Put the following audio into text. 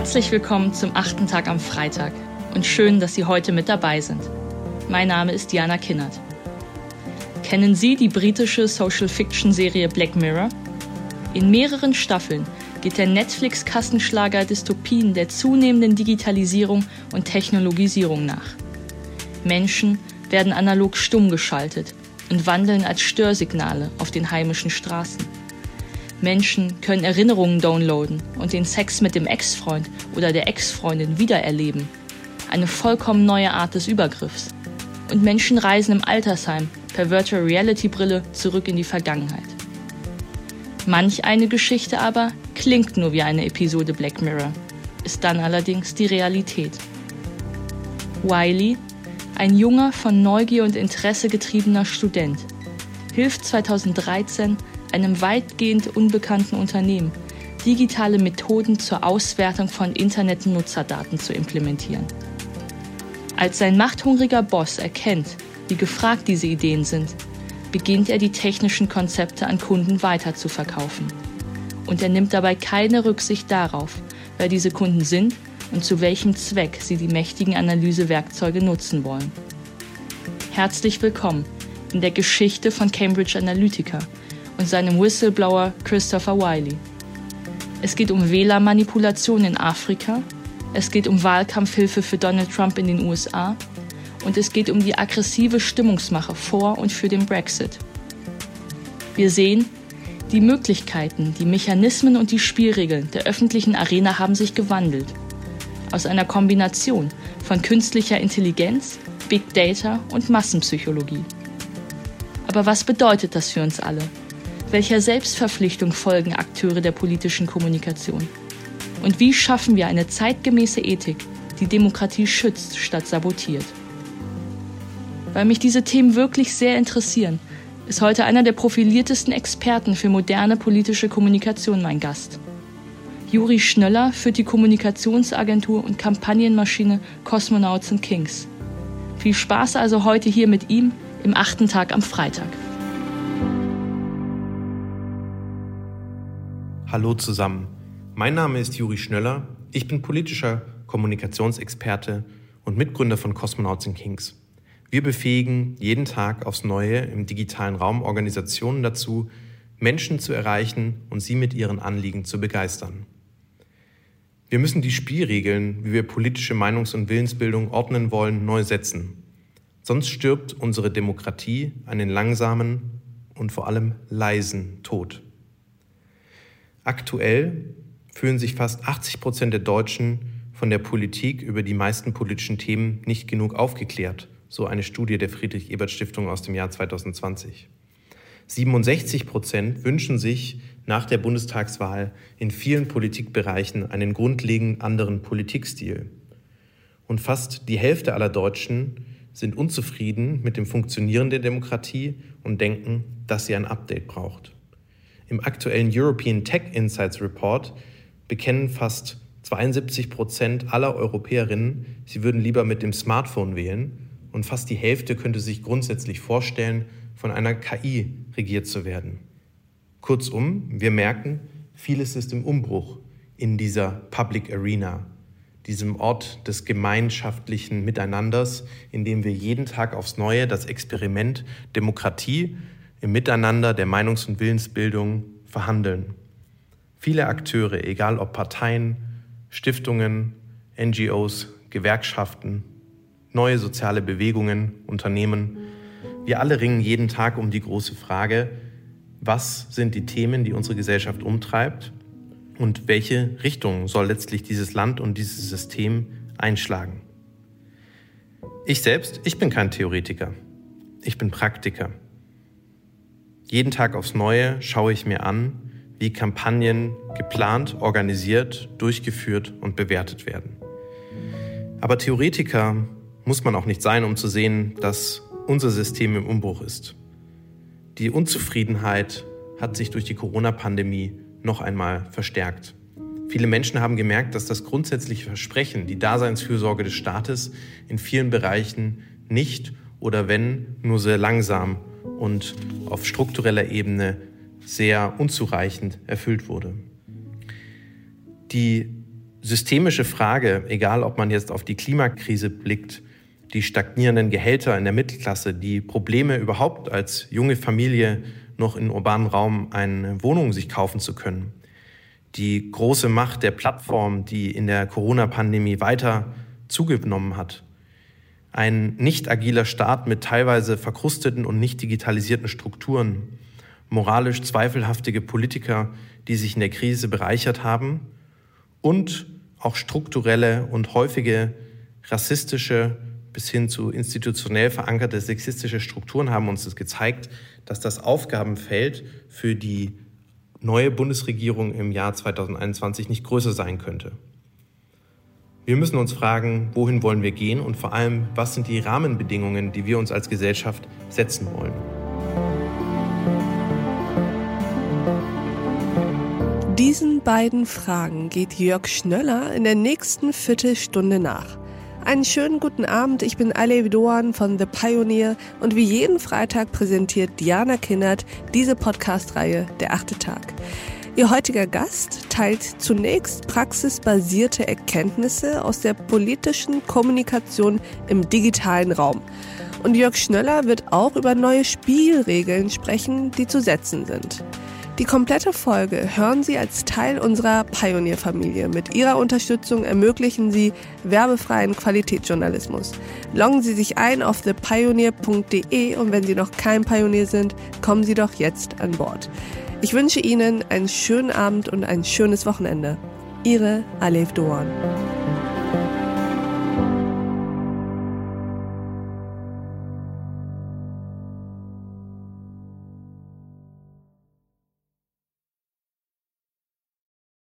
Herzlich willkommen zum 8. Tag am Freitag und schön, dass Sie heute mit dabei sind. Mein Name ist Diana Kinnert. Kennen Sie die britische Social-Fiction-Serie Black Mirror? In mehreren Staffeln geht der Netflix-Kassenschlager Dystopien der zunehmenden Digitalisierung und Technologisierung nach. Menschen werden analog stumm geschaltet und wandeln als Störsignale auf den heimischen Straßen. Menschen können Erinnerungen downloaden und den Sex mit dem Ex-Freund oder der Ex-Freundin wiedererleben. Eine vollkommen neue Art des Übergriffs. Und Menschen reisen im Altersheim per Virtual Reality-Brille zurück in die Vergangenheit. Manch eine Geschichte aber klingt nur wie eine Episode Black Mirror, ist dann allerdings die Realität. Wiley, ein junger, von Neugier und Interesse getriebener Student, hilft 2013 einem weitgehend unbekannten Unternehmen, digitale Methoden zur Auswertung von Internet-Nutzerdaten zu implementieren. Als sein machthungriger Boss erkennt, wie gefragt diese Ideen sind, beginnt er die technischen Konzepte an Kunden weiterzuverkaufen. Und er nimmt dabei keine Rücksicht darauf, wer diese Kunden sind und zu welchem Zweck sie die mächtigen Analysewerkzeuge nutzen wollen. Herzlich willkommen in der Geschichte von Cambridge Analytica und seinem Whistleblower Christopher Wiley. Es geht um Wählermanipulation in Afrika, es geht um Wahlkampfhilfe für Donald Trump in den USA und es geht um die aggressive Stimmungsmache vor und für den Brexit. Wir sehen, die Möglichkeiten, die Mechanismen und die Spielregeln der öffentlichen Arena haben sich gewandelt. Aus einer Kombination von künstlicher Intelligenz, Big Data und Massenpsychologie. Aber was bedeutet das für uns alle? Welcher Selbstverpflichtung folgen Akteure der politischen Kommunikation? Und wie schaffen wir eine zeitgemäße Ethik, die Demokratie schützt statt sabotiert? Weil mich diese Themen wirklich sehr interessieren, ist heute einer der profiliertesten Experten für moderne politische Kommunikation mein Gast. Juri Schnöller führt die Kommunikationsagentur und Kampagnenmaschine Cosmonauts & Kings. Viel Spaß also heute hier mit ihm im 8. Tag am Freitag. Hallo zusammen, mein Name ist Juri Schnöller, ich bin politischer Kommunikationsexperte und Mitgründer von Cosmonauts & Kings. Wir befähigen jeden Tag aufs Neue im digitalen Raum Organisationen dazu, Menschen zu erreichen und sie mit ihren Anliegen zu begeistern. Wir müssen die Spielregeln, wie wir politische Meinungs- und Willensbildung ordnen wollen, neu setzen. Sonst stirbt unsere Demokratie einen langsamen und vor allem leisen Tod. Aktuell fühlen sich fast 80% der Deutschen von der Politik über die meisten politischen Themen nicht genug aufgeklärt, so eine Studie der Friedrich-Ebert-Stiftung aus dem Jahr 2020. 67% wünschen sich nach der Bundestagswahl in vielen Politikbereichen einen grundlegend anderen Politikstil. Und fast die Hälfte aller Deutschen sind unzufrieden mit dem Funktionieren der Demokratie und denken, dass sie ein Update braucht. Im aktuellen European Tech Insights Report bekennen fast 72% aller Europäerinnen, sie würden lieber mit dem Smartphone wählen und fast die Hälfte könnte sich grundsätzlich vorstellen, von einer KI regiert zu werden. Kurzum, wir merken, vieles ist im Umbruch in dieser Public Arena, diesem Ort des gemeinschaftlichen Miteinanders, in dem wir jeden Tag aufs Neue das Experiment Demokratie im Miteinander der Meinungs- und Willensbildung verhandeln. Viele Akteure, egal ob Parteien, Stiftungen, NGOs, Gewerkschaften, neue soziale Bewegungen, Unternehmen, wir alle ringen jeden Tag um die große Frage, was sind die Themen, die unsere Gesellschaft umtreibt und welche Richtung soll letztlich dieses Land und dieses System einschlagen. Ich bin kein Theoretiker, ich bin Praktiker. Jeden Tag aufs Neue schaue ich mir an, wie Kampagnen geplant, organisiert, durchgeführt und bewertet werden. Aber Theoretiker muss man auch nicht sein, um zu sehen, dass unser System im Umbruch ist. Die Unzufriedenheit hat sich durch die Corona-Pandemie noch einmal verstärkt. Viele Menschen haben gemerkt, dass das grundsätzliche Versprechen, die Daseinsfürsorge des Staates in vielen Bereichen nicht oder wenn nur sehr langsam und auf struktureller Ebene sehr unzureichend erfüllt wurde. Die systemische Frage, egal ob man jetzt auf die Klimakrise blickt, die stagnierenden Gehälter in der Mittelklasse, die Probleme überhaupt als junge Familie noch im urbanen Raum eine Wohnung sich kaufen zu können, die große Macht der Plattform, die in der Corona-Pandemie weiter zugenommen hat, ein nicht agiler Staat mit teilweise verkrusteten und nicht digitalisierten Strukturen, moralisch zweifelhaftige Politiker, die sich in der Krise bereichert haben und auch strukturelle und häufige rassistische bis hin zu institutionell verankerte sexistische Strukturen haben uns das gezeigt, dass das Aufgabenfeld für die neue Bundesregierung im Jahr 2021 nicht größer sein könnte. Wir müssen uns fragen, wohin wollen wir gehen und vor allem, was sind die Rahmenbedingungen, die wir uns als Gesellschaft setzen wollen. Diesen beiden Fragen geht Jörg Schnöller in der nächsten Viertelstunde nach. Einen schönen guten Abend, ich bin Alev Doan von The Pioneer und wie jeden Freitag präsentiert Diana Kinnert diese Podcast-Reihe Der 8. Tag. Ihr heutiger Gast teilt zunächst praxisbasierte Erkenntnisse aus der politischen Kommunikation im digitalen Raum. Und Jörg Schnöller wird auch über neue Spielregeln sprechen, die zu setzen sind. Die komplette Folge hören Sie als Teil unserer Pioneer-Familie. Mit Ihrer Unterstützung ermöglichen Sie werbefreien Qualitätsjournalismus. Loggen Sie sich ein auf thepioneer.de und wenn Sie noch kein Pionier sind, kommen Sie doch jetzt an Bord. Ich wünsche Ihnen einen schönen Abend und ein schönes Wochenende. Ihre Alev Doan.